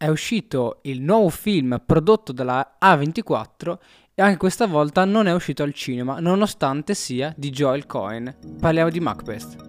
è uscito il nuovo film prodotto dalla A24 e anche questa volta non è uscito al cinema, nonostante sia di Joel Cohen. Parliamo di Macbeth.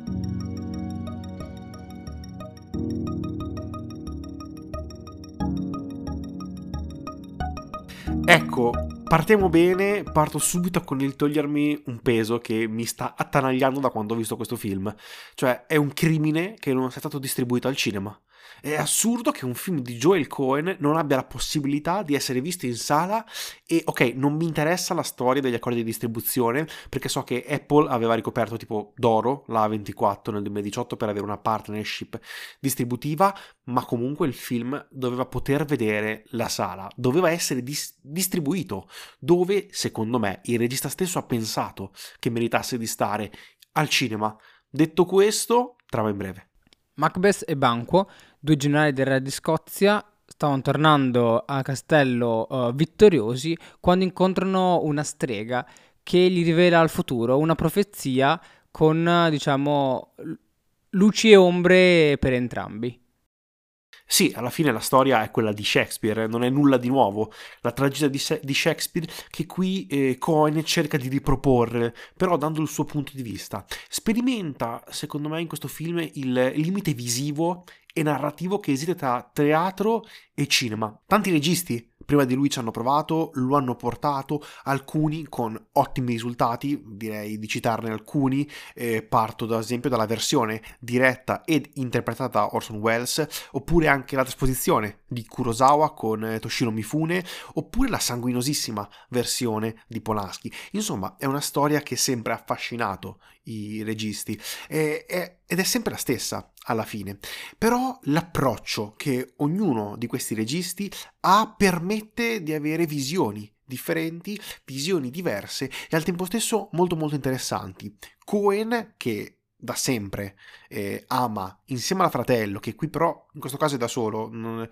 Ecco, partiamo bene, parto subito con il togliermi un peso che mi sta attanagliando da quando ho visto questo film. Cioè, è un crimine che non sia stato distribuito al cinema. È assurdo che un film di Joel Cohen non abbia la possibilità di essere visto in sala e, ok, non mi interessa la storia degli accordi di distribuzione, perché so che Apple aveva ricoperto tipo d'oro la A24 nel 2018 per avere una partnership distributiva, ma comunque il film doveva poter vedere la sala, doveva essere distribuito, dove secondo me il regista stesso ha pensato che meritasse di stare al cinema. Detto questo, trama in breve. Macbeth e Banquo, due generali del re di Scozia, stavano tornando a castello vittoriosi quando incontrano una strega che gli rivela il futuro, una profezia con, diciamo, luci e ombre per entrambi. Sì, alla fine la storia è quella di Shakespeare, non è nulla di nuovo. La tragedia di Shakespeare che qui Cohen cerca di riproporre, però dando il suo punto di vista. Sperimenta, secondo me, in questo film il limite visivo e narrativo che esiste tra teatro e cinema. Tanti registi prima di lui ci hanno provato, lo hanno portato, alcuni con ottimi risultati, direi di citarne alcuni. Parto ad esempio dalla versione diretta ed interpretata da Orson Welles, oppure anche la trasposizione di Kurosawa con Toshiro Mifune, oppure la sanguinosissima versione di Polanski. Insomma, è una storia che sempre ha affascinato i registi ed è sempre la stessa alla fine. Però l'approccio che ognuno di questi registi permette di avere visioni differenti, visioni diverse e al tempo stesso molto molto interessanti. Cohen, che da sempre ama insieme al fratello, che qui però in questo caso è da solo,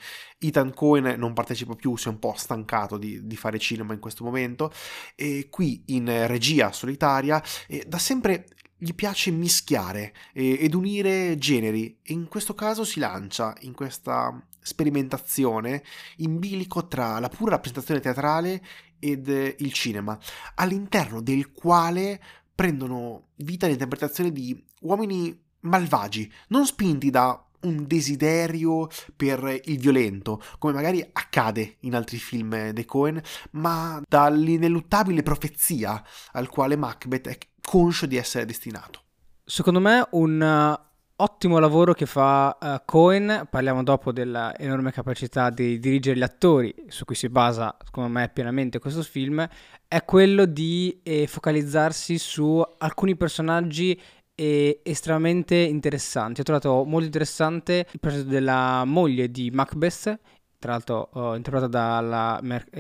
Ethan Cohen non partecipa più, si è un po' stancato di fare cinema in questo momento, e qui in regia solitaria da sempre gli piace mischiare ed unire generi e in questo caso si lancia in questa sperimentazione in bilico tra la pura rappresentazione teatrale ed il cinema, all'interno del quale prendono vita le interpretazioni di uomini malvagi, non spinti da un desiderio per il violento, come magari accade in altri film dei Coen, ma dall'ineluttabile profezia al quale Macbeth è conscio di essere destinato. Secondo me un ottimo lavoro che fa Cohen, parliamo dopo della enorme capacità di dirigere gli attori, su cui si basa, secondo me, pienamente questo film, è quello di focalizzarsi su alcuni personaggi estremamente interessanti. Ho trovato molto interessante il personaggio della moglie di Macbeth, tra l'altro interpretata dalla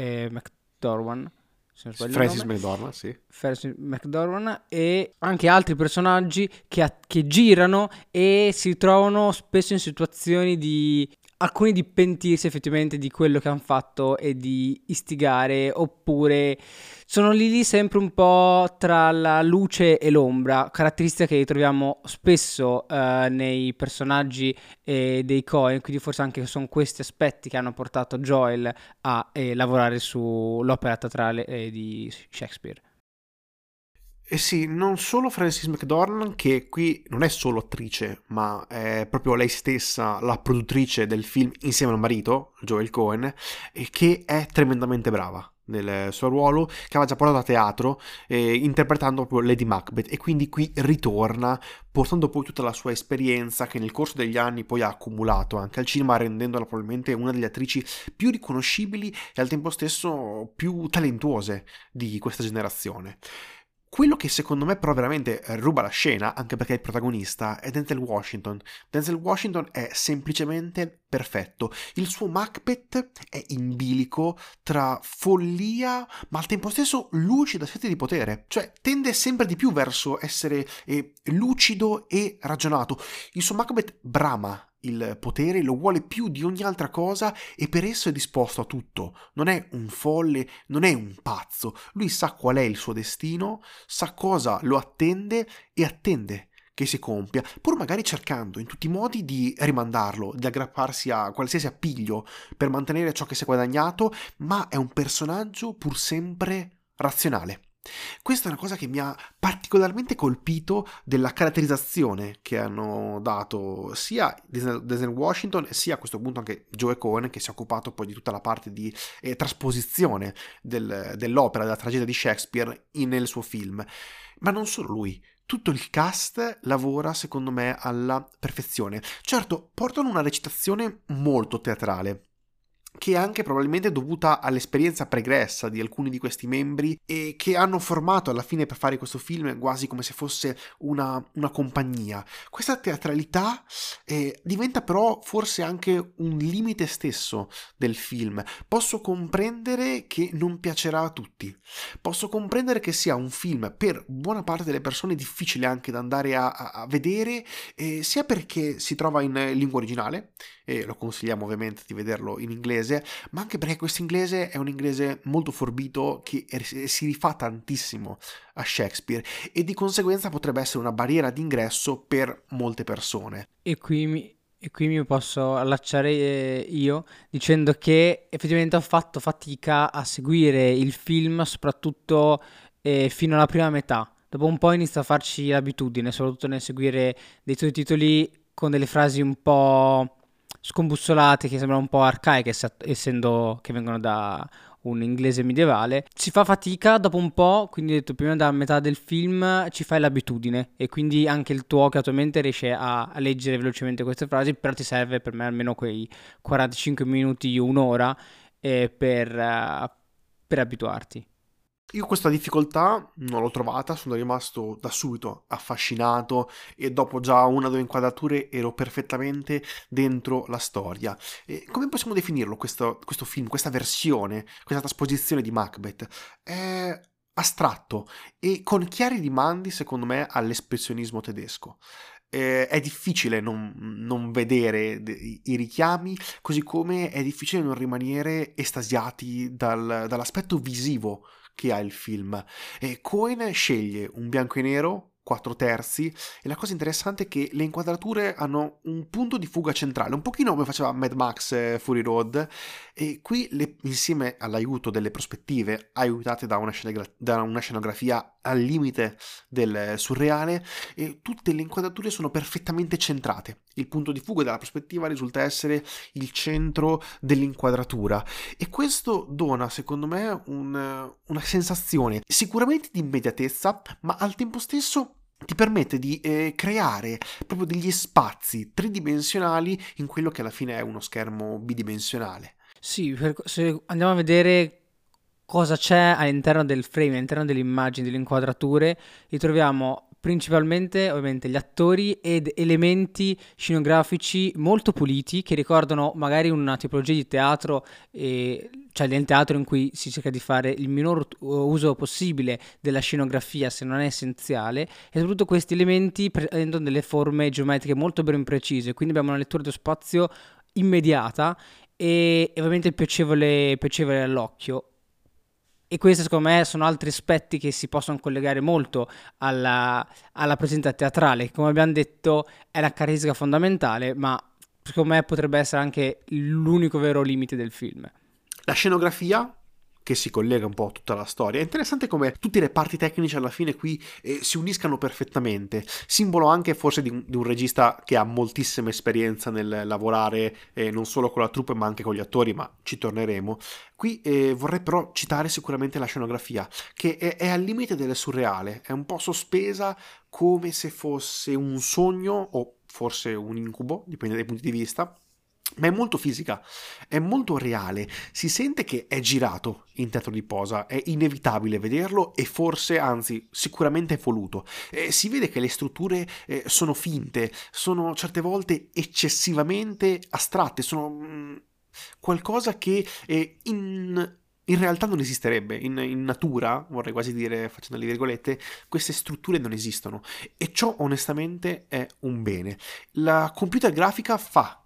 McDormand, se non sbaglio il Francis nome. McDormand, sì. Francis McDormand e anche altri personaggi che girano e si trovano spesso in situazioni di alcuni di pentirsi effettivamente di quello che hanno fatto e di istigare, oppure sono lì sempre un po' tra la luce e l'ombra, caratteristica che ritroviamo spesso nei personaggi dei Coen, quindi forse anche sono questi aspetti che hanno portato Joel a lavorare sull'opera teatrale di Shakespeare. E sì, non solo Frances McDormand, che qui non è solo attrice, ma è proprio lei stessa la produttrice del film insieme al marito, Joel Cohen, e che è tremendamente brava nel suo ruolo, che aveva già portato a teatro, interpretando proprio Lady Macbeth, e quindi qui ritorna, portando poi tutta la sua esperienza che nel corso degli anni poi ha accumulato anche al cinema, rendendola probabilmente una delle attrici più riconoscibili e al tempo stesso più talentuose di questa generazione. Quello che secondo me però veramente ruba la scena, anche perché è il protagonista, è Denzel Washington. Denzel Washington è semplicemente perfetto. Il suo Macbeth è in bilico tra follia, ma al tempo stesso lucido e sete di potere. Cioè, tende sempre di più verso essere lucido e ragionato. Il suo Macbeth brama il potere, lo vuole più di ogni altra cosa e per esso è disposto a tutto. Non è un folle, non è un pazzo. Lui sa qual è il suo destino, sa cosa lo attende e attende che si compia, pur magari cercando in tutti i modi di rimandarlo, di aggrapparsi a qualsiasi appiglio per mantenere ciò che si è guadagnato, ma è un personaggio pur sempre razionale. Questa è una cosa che mi ha particolarmente colpito della caratterizzazione che hanno dato sia Denzel Washington sia a questo punto anche Joe Cohen, che si è occupato poi di tutta la parte di trasposizione dell'opera, della tragedia di Shakespeare nel suo film. Ma non solo lui. Tutto il cast lavora, secondo me, alla perfezione. Certo, portano una recitazione molto teatrale, che è anche probabilmente dovuta all'esperienza pregressa di alcuni di questi membri e che hanno formato alla fine per fare questo film quasi come se fosse una compagnia. Questa teatralità diventa però forse anche un limite stesso del film. Posso comprendere che non piacerà a tutti, posso comprendere che sia un film per buona parte delle persone difficile anche da andare a vedere, sia perché si trova in lingua originale, e lo consigliamo ovviamente di vederlo in inglese, ma anche perché questo inglese è un inglese molto forbito che si rifà tantissimo a Shakespeare e di conseguenza potrebbe essere una barriera d'ingresso per molte persone. E qui mi posso allacciare io dicendo che effettivamente ho fatto fatica a seguire il film, soprattutto fino alla prima metà. Dopo un po' inizio a farci l'abitudine, soprattutto nel seguire dei tuoi titoli con delle frasi un po' scombussolate, che sembrano un po' arcaiche, essendo che vengono da un inglese medievale. Si fa fatica dopo un po', quindi ho detto prima da metà del film ci fai l'abitudine e quindi anche il tuo occhio, la tua mente riesce a leggere velocemente queste frasi, però ti serve per me almeno quei 45 minuti, un'ora per abituarti. Io questa difficoltà non l'ho trovata, sono rimasto da subito affascinato e dopo già una o due inquadrature ero perfettamente dentro la storia. E come possiamo definirlo questo film, questa versione, questa trasposizione di Macbeth? È astratto e con chiari rimandi, secondo me, all'espressionismo tedesco. È difficile non vedere i richiami, così come è difficile non rimanere estasiati dall'aspetto visivo che ha il film. Cohen sceglie un bianco e nero, 4/3, e la cosa interessante è che le inquadrature hanno un punto di fuga centrale, un pochino come faceva Mad Max Fury Road, e qui insieme all'aiuto delle prospettive, aiutate da una scenografia al limite del surreale, e tutte le inquadrature sono perfettamente centrate. Il punto di fuga della prospettiva risulta essere il centro dell'inquadratura e questo dona, secondo me, una sensazione sicuramente di immediatezza, ma al tempo stesso ti permette di creare proprio degli spazi tridimensionali in quello che alla fine è uno schermo bidimensionale. Sì, se andiamo a vedere cosa c'è all'interno del frame, all'interno delle immagini, delle inquadrature, ritroviamo principalmente ovviamente gli attori ed elementi scenografici molto puliti che ricordano magari una tipologia di teatro, cioè del teatro in cui si cerca di fare il minor uso possibile della scenografia se non è essenziale, e soprattutto questi elementi presentano delle forme geometriche molto ben precise, quindi abbiamo una lettura dello spazio immediata e ovviamente piacevole all'occhio. E questi secondo me sono altri aspetti che si possono collegare molto alla presenza teatrale, che come abbiamo detto è la caratteristica fondamentale, ma secondo me potrebbe essere anche l'unico vero limite del film. La scenografia, che si collega un po' a tutta la storia, è interessante come tutti i reparti tecnici alla fine qui si uniscano perfettamente, simbolo anche forse di un regista che ha moltissima esperienza nel lavorare non solo con la troupe ma anche con gli attori, ma ci torneremo. Qui vorrei però citare sicuramente la scenografia, che è al limite del surreale, è un po' sospesa come se fosse un sogno o forse un incubo, dipende dai punti di vista, ma è molto fisica, è molto reale, si sente che è girato in teatro di posa, è inevitabile vederlo e forse, anzi, sicuramente è voluto. Si vede che le strutture sono finte, sono certe volte eccessivamente astratte, sono qualcosa che in realtà non esisterebbe, in natura, vorrei quasi dire, facendo le virgolette, queste strutture non esistono e ciò onestamente è un bene. La computer grafica fa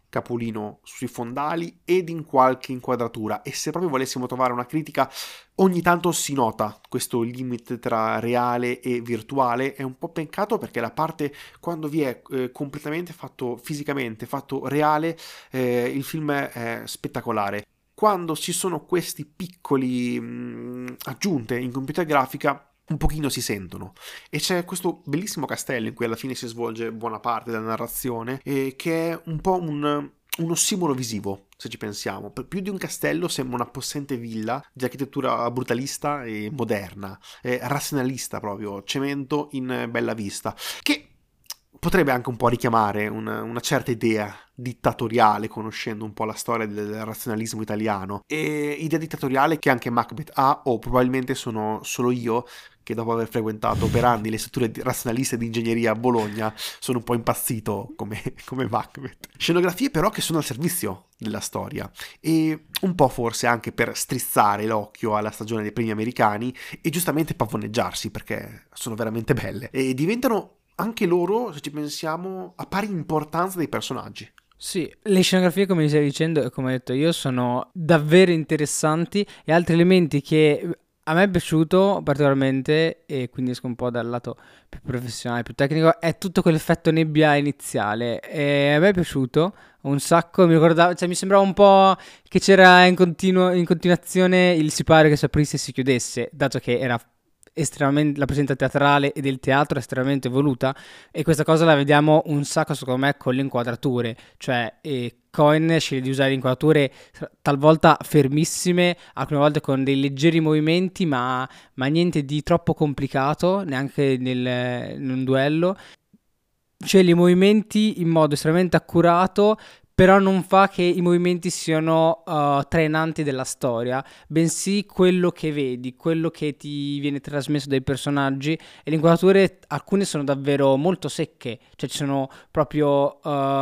capolino sui fondali ed in qualche inquadratura, e se proprio volessimo trovare una critica, ogni tanto si nota questo limite tra reale e virtuale. È un po' peccato perché la parte quando vi è completamente fatto fisicamente, fatto reale, il film è spettacolare. Quando ci sono questi piccoli aggiunte in computer grafica, un pochino si sentono. E c'è questo bellissimo castello in cui alla fine si svolge buona parte della narrazione, che è un po' un ossimoro visivo, se ci pensiamo. Per più di un castello sembra una possente villa di architettura brutalista e moderna, razionalista proprio, cemento in bella vista, che potrebbe anche un po' richiamare una certa idea dittatoriale, conoscendo un po' la storia del razionalismo italiano, e idea dittatoriale che anche Macbeth ha, o probabilmente sono solo io che dopo aver frequentato per anni le strutture razionaliste di ingegneria a Bologna sono un po' impazzito come Macbeth. Scenografie però che sono al servizio della storia, e un po' forse anche per strizzare l'occhio alla stagione dei primi americani e giustamente pavoneggiarsi, perché sono veramente belle e diventano anche loro, se ci pensiamo, a pari importanza dei personaggi. Sì, le scenografie, come mi stai dicendo e come ho detto io, sono davvero interessanti, e altri elementi che a me è piaciuto particolarmente, e quindi esco un po' dal lato più professionale, più tecnico, è tutto quell'effetto nebbia iniziale, e a me è piaciuto un sacco. Mi ricordava, cioè mi sembrava un po' che c'era in continuazione il sipario che si aprisse e si chiudesse, dato che era estremamente, la presenza teatrale e del teatro è estremamente voluta, e questa cosa la vediamo un sacco secondo me con le inquadrature, cioè Cohen sceglie di usare inquadrature talvolta fermissime, alcune volte con dei leggeri movimenti, ma niente di troppo complicato neanche in un duello. Sceglie i movimenti in modo estremamente accurato, però non fa che i movimenti siano trainanti della storia, bensì quello che vedi, quello che ti viene trasmesso dai personaggi. E le inquadrature, alcune sono davvero molto secche, cioè ci sono proprio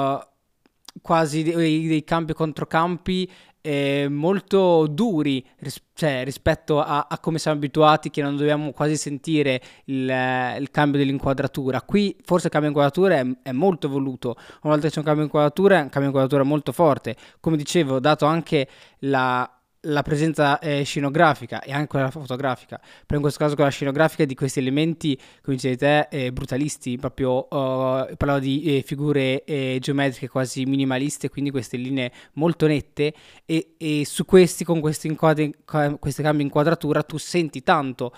quasi dei campi e controcampi molto duri, cioè, rispetto a come siamo abituati, che non dobbiamo quasi sentire il cambio dell'inquadratura. Qui forse il cambio di inquadratura è molto voluto. Una volta che c'è un cambio di inquadratura, è un cambio di inquadratura molto forte. Come dicevo, dato anche la presenza scenografica e anche quella fotografica, però in questo caso con la scenografica, di questi elementi, come dicevi te, brutalisti, proprio parlavo di figure geometriche quasi minimaliste, quindi queste linee molto nette, e su questi, con questi questi cambi di inquadratura, tu senti tanto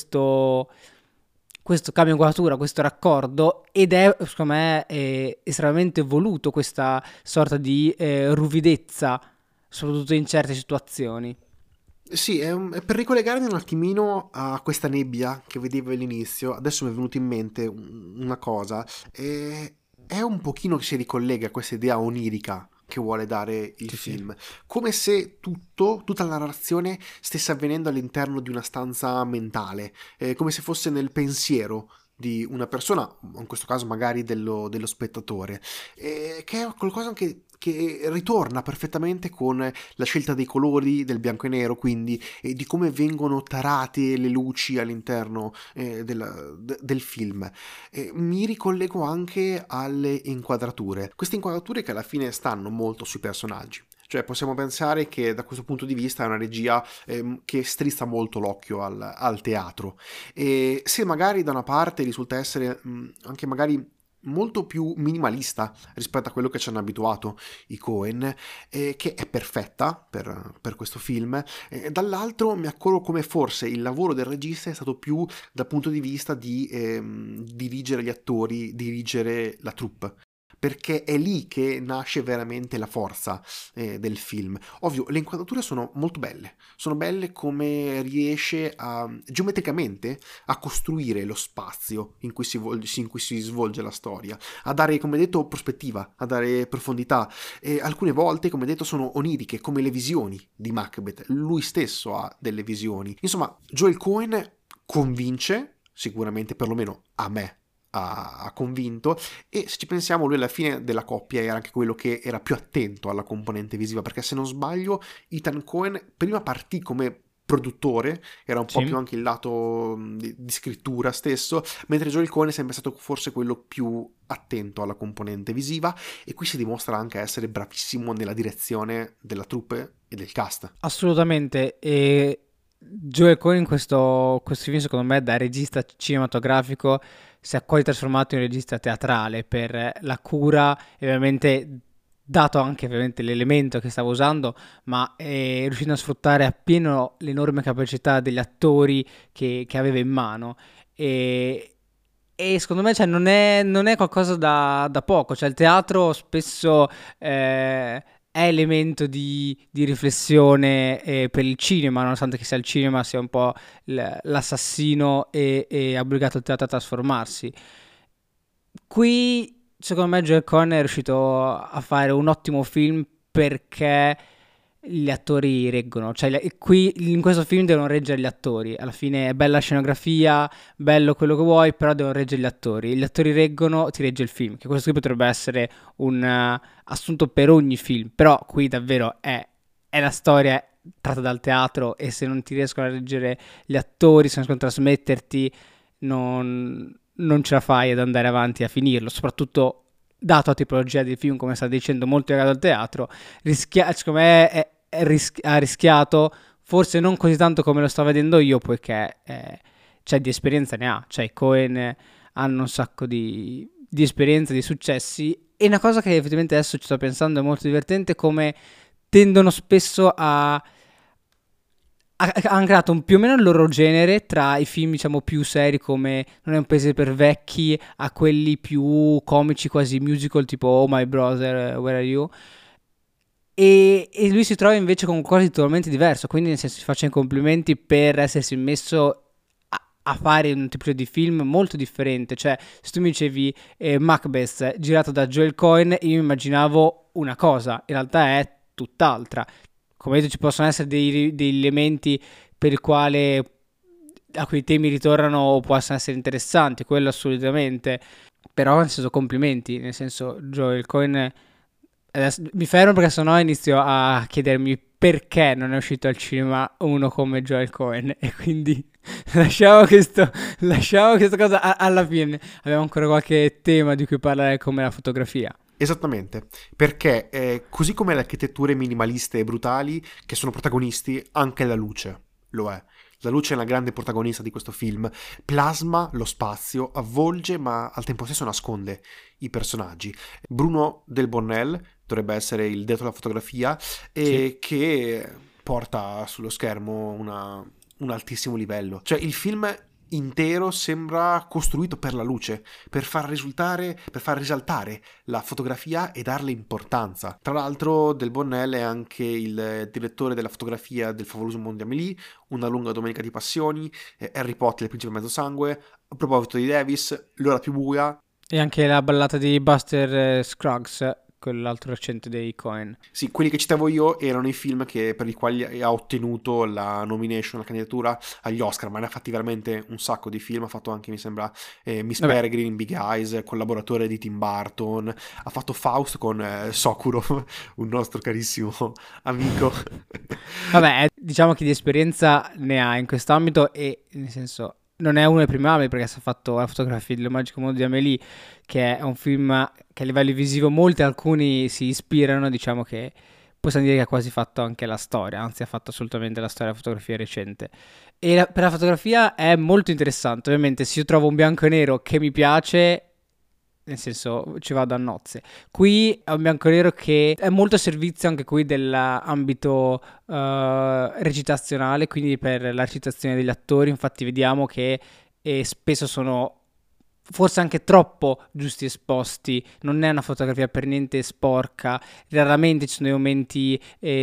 questo cambio di inquadratura, questo raccordo, ed è secondo me estremamente voluto, questa sorta di ruvidezza, soprattutto in certe situazioni. Sì, è per ricollegarmi un attimino a questa nebbia che vedevo all'inizio. Adesso mi è venuto in mente una cosa, è un pochino che si ricollega a questa idea onirica che vuole dare il Sì, sì. film, come se tutta la narrazione stesse avvenendo all'interno di una stanza mentale, come se fosse nel pensiero di una persona, in questo caso magari dello spettatore, che è qualcosa anche che ritorna perfettamente con la scelta dei colori, del bianco e nero, quindi, e di come vengono tarate le luci all'interno del film. Mi ricollego anche alle inquadrature, queste inquadrature che alla fine stanno molto sui personaggi. Cioè possiamo pensare che da questo punto di vista è una regia che strizza molto l'occhio al teatro, e se magari da una parte risulta essere anche magari molto più minimalista rispetto a quello che ci hanno abituato i Coen, che è perfetta per questo film, dall'altro mi accorgo come forse il lavoro del regista è stato più dal punto di vista di dirigere gli attori, dirigere la troupe, perché è lì che nasce veramente la forza del film. Ovvio, le inquadrature sono molto belle, sono belle come riesce geometricamente a costruire lo spazio in cui in cui si svolge la storia, a dare, come detto, prospettiva, a dare profondità. E alcune volte, come detto, sono oniriche, come le visioni di Macbeth. Lui stesso ha delle visioni. Insomma, Joel Cohen convince, sicuramente, perlomeno a me, ha convinto, e se ci pensiamo lui alla fine della coppia era anche quello che era più attento alla componente visiva, perché se non sbaglio Ethan Coen prima partì come produttore, era un po' Sì. più anche il lato di scrittura stesso, mentre Joel Cohen è sempre stato forse quello più attento alla componente visiva, e qui si dimostra anche essere bravissimo nella direzione della troupe e del cast. Assolutamente, e Joel Coen in questo film secondo me da regista cinematografico si è quasi trasformato in regista teatrale per la cura e ovviamente dato anche ovviamente l'elemento che stava usando, ma è riuscito a sfruttare appieno l'enorme capacità degli attori che aveva in mano e, e secondo me cioè, non è qualcosa da poco, cioè il teatro spesso è elemento di riflessione per il cinema, nonostante che sia il cinema sia un po' l'assassino e ha obbligato il teatro a trasformarsi. Qui, secondo me, Joel Coen è riuscito a fare un ottimo film perché gli attori reggono. Cioè, qui in questo film devono reggere gli attori. Alla fine è bella scenografia, bello quello che vuoi, però devono reggere gli attori. Gli attori reggono, ti regge il film. Che questo qui potrebbe essere un assunto per ogni film, però qui davvero è la storia tratta dal teatro e se non ti riescono a reggere gli attori, se non riescono a trasmetterti, non ce la fai ad andare avanti a finirlo, soprattutto dato la tipologia di film, come sta dicendo, molto legato al teatro, secondo me ha rischiato, forse non così tanto come lo sto vedendo io, poiché cioè, di esperienza ne ha, cioè i Coen hanno un sacco di esperienza, di successi, e una cosa che effettivamente adesso ci sto pensando è molto divertente, come tendono spesso hanno creato più o meno il loro genere tra i film diciamo più seri come Non è un paese per vecchi a quelli più comici quasi musical tipo Oh My Brother, Where Are You, e lui si trova invece con qualcosa di totalmente diverso, quindi nel senso si faccia i complimenti per essersi messo a fare un tipo di film molto differente. Cioè se tu mi dicevi Macbeth girato da Joel Coen, io immaginavo una cosa, in realtà è tutt'altra. Come detto, ci possono essere degli elementi per il quale a cui i temi ritornano o possono essere interessanti, quello assolutamente. Però nel senso complimenti, nel senso Joel Coen, adesso mi fermo perché sennò inizio a chiedermi perché non è uscito al cinema uno come Joel Coen e quindi lasciamo questa cosa alla fine. Abbiamo ancora qualche tema di cui parlare come la fotografia. Esattamente, perché così come le architetture minimaliste e brutali che sono protagonisti, anche la luce lo è. La luce è la grande protagonista di questo film, plasma lo spazio, avvolge ma al tempo stesso nasconde i personaggi. Bruno Del Bonnell dovrebbe essere il dietro della fotografia Sì. e che porta sullo schermo un altissimo livello. Cioè il film intero sembra costruito per la luce, per far risaltare la fotografia e darle importanza. Tra l'altro Del Bonnell è anche il direttore della fotografia del favoloso mondo di Amélie, Una lunga domenica di passioni, Harry Potter, il principe mezzo sangue, a proposito di Davis, L'ora più buia. E anche la ballata di Buster Scruggs, quell'altro recente dei Coen. Sì, quelli che citavo io erano i film per i quali ha ottenuto la nomination, la candidatura agli Oscar, ma ne ha fatti veramente un sacco di film. Ha fatto anche, mi sembra, Miss Vabbè, Peregrine in Big Eyes, collaboratore di Tim Burton. Ha fatto Faust con Sokurov, un nostro carissimo amico. vabbè, diciamo che di esperienza ne ha in quest'ambito e nel senso non è uno dei primi anni perché si è fatto la fotografia del Magico Mondo di Amélie, che è un film che a livello visivo molti alcuni si ispirano, diciamo che possiamo dire che ha quasi fatto anche la storia, anzi ha fatto assolutamente la storia della fotografia recente. E per la fotografia è molto interessante, ovviamente se io trovo un bianco e nero che mi piace, nel senso ci vado a nozze. Qui è un bianco-nero che è molto a servizio anche qui dell'ambito recitazionale, quindi per la recitazione degli attori. Infatti vediamo che spesso sono forse anche troppo giusti esposti, non è una fotografia per niente sporca, raramente ci sono dei momenti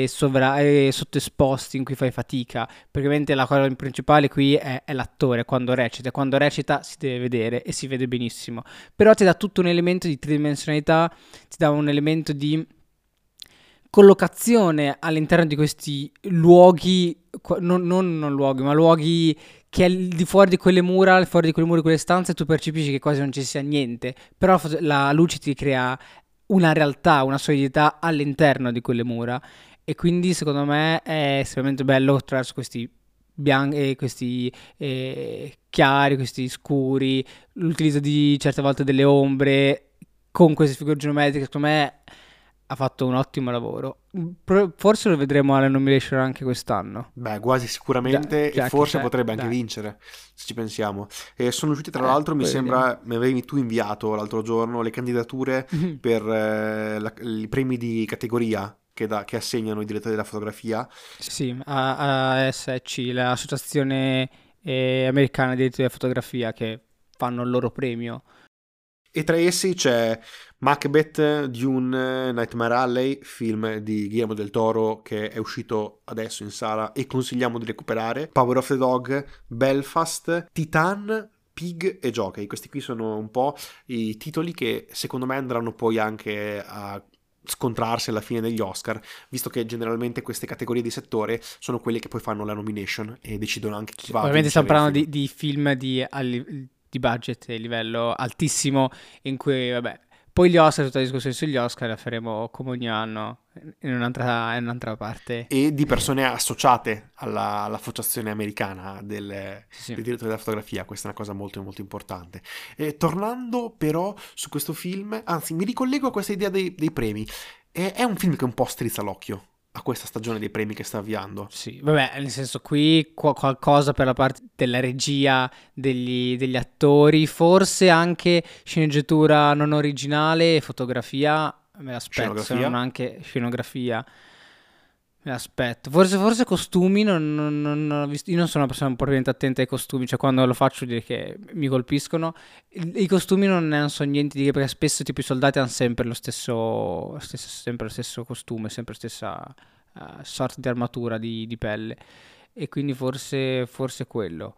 sottoesposti in cui fai fatica, perché ovviamente la cosa principale qui è l'attore e quando recita si deve vedere e si vede benissimo, però ti dà tutto un elemento di tridimensionalità, ti dà un elemento di collocazione all'interno di questi luoghi, non luoghi, ma luoghi che al di fuori di quelle mura, al fuori di quelle mura, di quelle stanze, tu percepisci che quasi non ci sia niente, però la luce ti crea una realtà, una solidità all'interno di quelle mura, e quindi secondo me è estremamente bello attraverso questi bianchi, questi chiari, questi scuri, l'utilizzo di certe volte delle ombre con queste figure geometriche, secondo me ha fatto un ottimo lavoro. Forse lo vedremo alla nomination anche quest'anno. Beh, quasi sicuramente, e Già che forse c'è, potrebbe anche dai. vincere, se ci pensiamo. E sono uscite, tra l'altro, mi Poi vediamo. sembra, mi avevi tu inviato l'altro giorno le candidature per i premi di categoria che assegnano i direttori della fotografia. Sì, ASC, l'associazione americana di editori di fotografia, che fanno il loro premio. E tra essi c'è Macbeth, Dune, Nightmare Alley, film di Guillermo del Toro che è uscito adesso in sala e consigliamo di recuperare, Power of the Dog, Belfast, Titan, Pig e Jockey. Questi qui sono un po' i titoli che secondo me andranno poi anche a scontrarsi alla fine degli Oscar, visto che generalmente queste categorie di settore sono quelle che poi fanno la nomination e decidono anche chi va a Ovviamente stiamo vincere il parlando film. di film di budget e livello altissimo, in cui, vabbè, poi gli Oscar, tutta la discussione sugli Oscar la faremo come ogni anno, in un'altra parte. E di persone associate all'associazione americana dei Sì, sì. direttori della fotografia. Questa è una cosa molto molto importante. Tornando però su questo film, anzi mi ricollego a questa idea dei premi. È un film che un po' strizza l'occhio a questa stagione dei premi che sta avviando. Sì, vabbè, nel senso qui qualcosa per la parte della regia, degli attori, forse anche sceneggiatura non originale e fotografia, me l'aspetto, se non Scenografia. anche scenografia, me l'aspetto. Forse costumi, non ho visto, io non sono una persona propriamente attenta ai costumi, cioè quando lo faccio dire che mi colpiscono. I costumi non so niente di che, perché spesso tipo i soldati hanno sempre sempre lo stesso costume, sempre la stessa sorta di armatura di pelle. E quindi forse quello.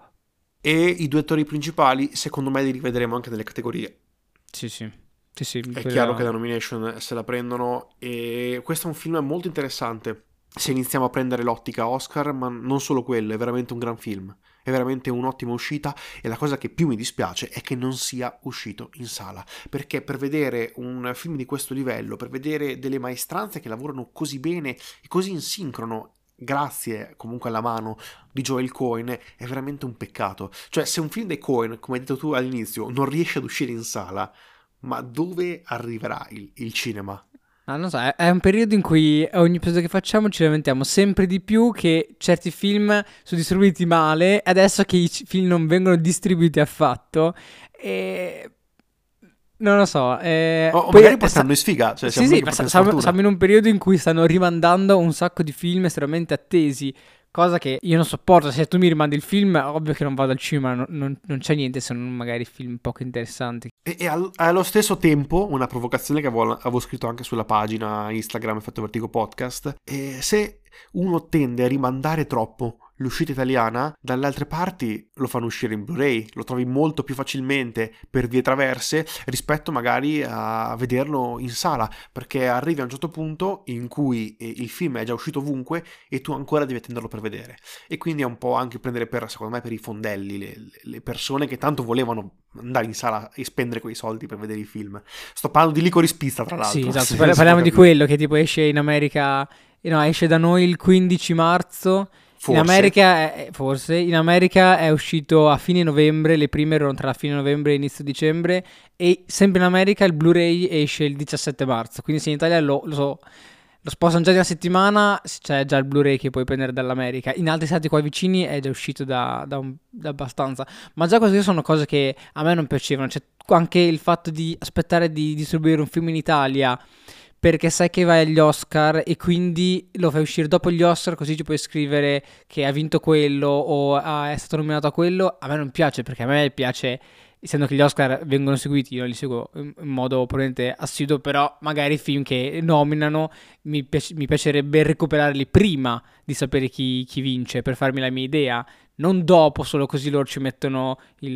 E i due attori principali, secondo me, li rivedremo anche nelle categorie. Sì, sì. Sì, sì, È chiaro che la quella... nomination se la prendono e questo è un film molto interessante se iniziamo a prendere l'ottica Oscar, ma non solo quello, è veramente un gran film, è veramente un'ottima uscita e la cosa che più mi dispiace è che non sia uscito in sala, perché per vedere un film di questo livello, per vedere delle maestranze che lavorano così bene e così in sincrono, grazie comunque alla mano di Joel Cohen, è veramente un peccato. Cioè, se un film dei Cohen, come hai detto tu all'inizio, non riesce ad uscire in sala, ma dove arriverà il cinema? Ah, non so, è un periodo in cui ogni episodio che facciamo ci lamentiamo sempre di più che certi film sono distribuiti male, adesso che film non vengono distribuiti affatto, e... non lo so. O Poi, magari portando in sfiga, cioè sì, siamo noi sì, che ma portiamo siamo sfortuna. in un periodo in cui stanno rimandando un sacco di film estremamente attesi, cosa che io non sopporto. Se tu mi rimandi il film, ovvio che non vado al cinema, non c'è niente se non magari film poco interessanti. Allo stesso tempo, una provocazione che avevo scritto anche sulla pagina Instagram Effetto Vertigo Podcast, se uno tende a rimandare troppo l'uscita italiana, dalle altre parti lo fanno uscire in Blu-ray, lo trovi molto più facilmente per vie traverse rispetto magari a vederlo in sala, perché arrivi a un certo punto in cui il film è già uscito ovunque e tu ancora devi attenderlo per vedere. E quindi è un po' anche prendere secondo me per i fondelli le persone che tanto volevano andare in sala e spendere quei soldi per vedere i film. Sto parlando di Licorice Pizza, tra Sì, l'altro, esatto, se si può parliamo di capire. quello che tipo esce in America, no, esce da noi il 15 marzo. In Forse. America, forse, in America è uscito a fine novembre, le prime erano tra fine novembre e inizio dicembre, e sempre in America il Blu-ray esce il 17 marzo, quindi se in Italia lo spostano già di una settimana, c'è già il Blu-ray che puoi prendere dall'America. In altri stati qua vicini è già uscito da abbastanza, ma già queste sono cose che a me non piacevano, cioè anche il fatto di aspettare di distribuire un film in Italia perché sai che vai agli Oscar e quindi lo fai uscire dopo gli Oscar, così ci puoi scrivere che ha vinto quello o è stato nominato a quello. A me non piace, perché a me piace, essendo che gli Oscar vengono seguiti, io li seguo in modo probabilmente assiduo, però magari i film che nominano mi piacerebbe recuperarli prima di sapere chi vince, per farmi la mia idea, non dopo, solo così loro ci mettono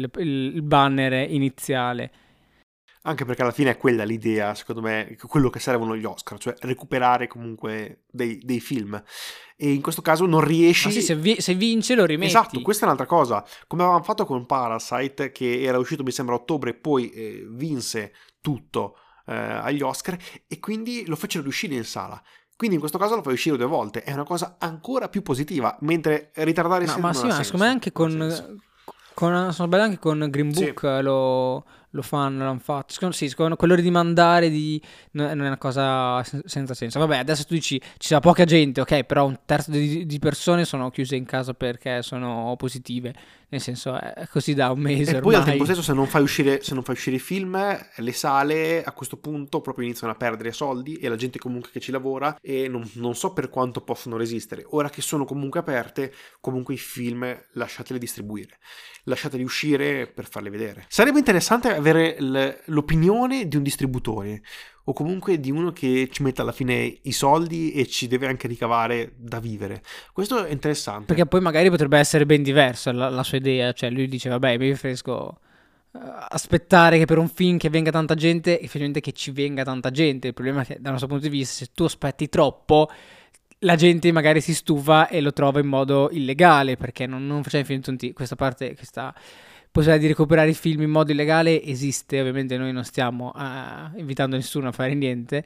il banner iniziale. Anche perché alla fine è quella l'idea, secondo me, quello che servono gli Oscar, cioè recuperare comunque dei film. E in questo caso non Ma sì, riesci. se vince lo Esatto, rimetti. questa è un'altra cosa. Come avevamo fatto con Parasite, che era uscito mi sembra a ottobre e poi vinse tutto agli Oscar e quindi lo fecero riuscire in sala. Quindi in questo caso lo fai uscire 2 volte, è una cosa ancora più positiva, mentre ritardare sempre Ma non sì, ha ma senso, secondo me anche non ha senso. sono belli anche con Green Sì. Book lo fanno, l'hanno fatto. Sì, secondo quello di mandare non è una cosa senza senso. Vabbè, adesso tu dici ci sarà poca gente, ok, però un terzo di persone sono chiuse in casa perché sono positive. Nel senso, è così da un E mese poi al tempo ormai. stesso, se non fai uscire i film, le sale a questo punto proprio iniziano a perdere soldi e la gente comunque che ci lavora, e non so per quanto possono resistere. Ora che sono comunque aperte, comunque i film lasciateli distribuire, lasciateli uscire per farli vedere. Sarebbe interessante avere l'opinione di un distributore o comunque di uno che ci mette alla fine i soldi e ci deve anche ricavare da vivere. Questo è interessante. Perché poi magari potrebbe essere ben diversa la sua idea. Cioè, lui dice, vabbè, mi preferisco aspettare che per un film che venga tanta gente, effettivamente che ci venga tanta gente. Il problema è che dal nostro punto di vista, se tu aspetti troppo, la gente magari si stufa e lo trova in modo illegale, perché non facciamo finito questa parte, questa possibilità di recuperare i film in modo illegale esiste. Ovviamente noi non stiamo invitando nessuno a fare niente,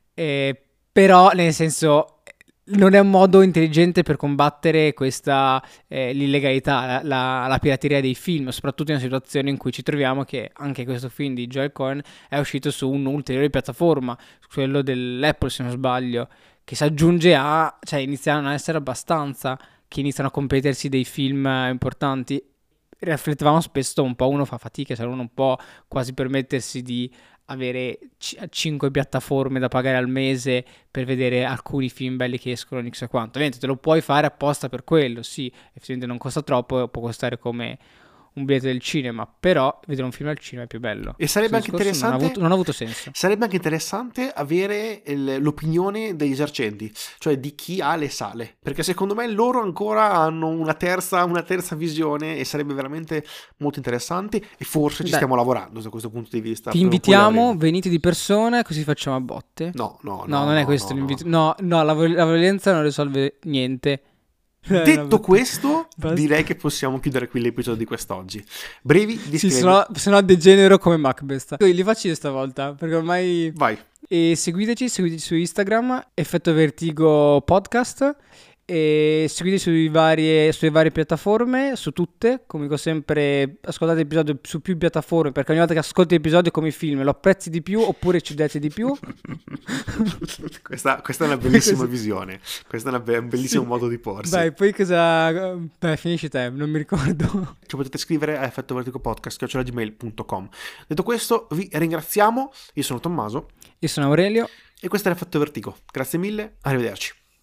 però nel senso non è un modo intelligente per combattere questa l'illegalità, la pirateria dei film, soprattutto in una situazione in cui ci troviamo che anche questo film di Joel Cohen è uscito su un'ulteriore piattaforma, quello dell'Apple se non sbaglio, che si aggiunge cioè iniziano a essere abbastanza, che iniziano a competersi dei film importanti. Riflettevamo spesso un po', uno fa fatica, se uno non può quasi permettersi di avere 5 piattaforme da pagare al mese per vedere alcuni film belli che escono in chissà quanto. Ovviamente te lo puoi fare apposta per quello, sì, effettivamente non costa troppo, può costare come un biglietto del cinema, però vedere un film al cinema è più bello. E sarebbe anche interessante, non ha avuto senso. sarebbe anche interessante avere l'opinione degli esercenti, cioè di chi ha le sale, perché secondo me loro ancora hanno una terza visione e sarebbe veramente molto interessante, e forse ci stiamo lavorando da questo punto di vista. Ti invitiamo, venite di persona così facciamo a botte. No, non è questo l'invito. no. No, la violenza non risolve niente. Detto questo, direi che possiamo chiudere qui l'episodio di quest'oggi. Brevi di sì, se no degenero come Macbeth. Li faccio io stavolta, perché ormai... Vai. E seguiteci su Instagram, Effetto Vertigo Podcast, e seguiteci sulle varie piattaforme, su tutte. Come dico sempre, ascoltate l'episodio su più piattaforme, perché ogni volta che ascolti l'episodio come film lo apprezzi di più oppure ci date di più. questa è una bellissima visione, questo è un bellissimo modo di porsi. Dai, poi cosa... Beh, finisci te, non mi ricordo. Ci potete scrivere a effettovertigopodcast@gmail.com. Detto questo, vi ringraziamo. Io sono Tommaso. Io sono Aurelio. E questo è l'Effetto Vertigo. Grazie mille, arrivederci.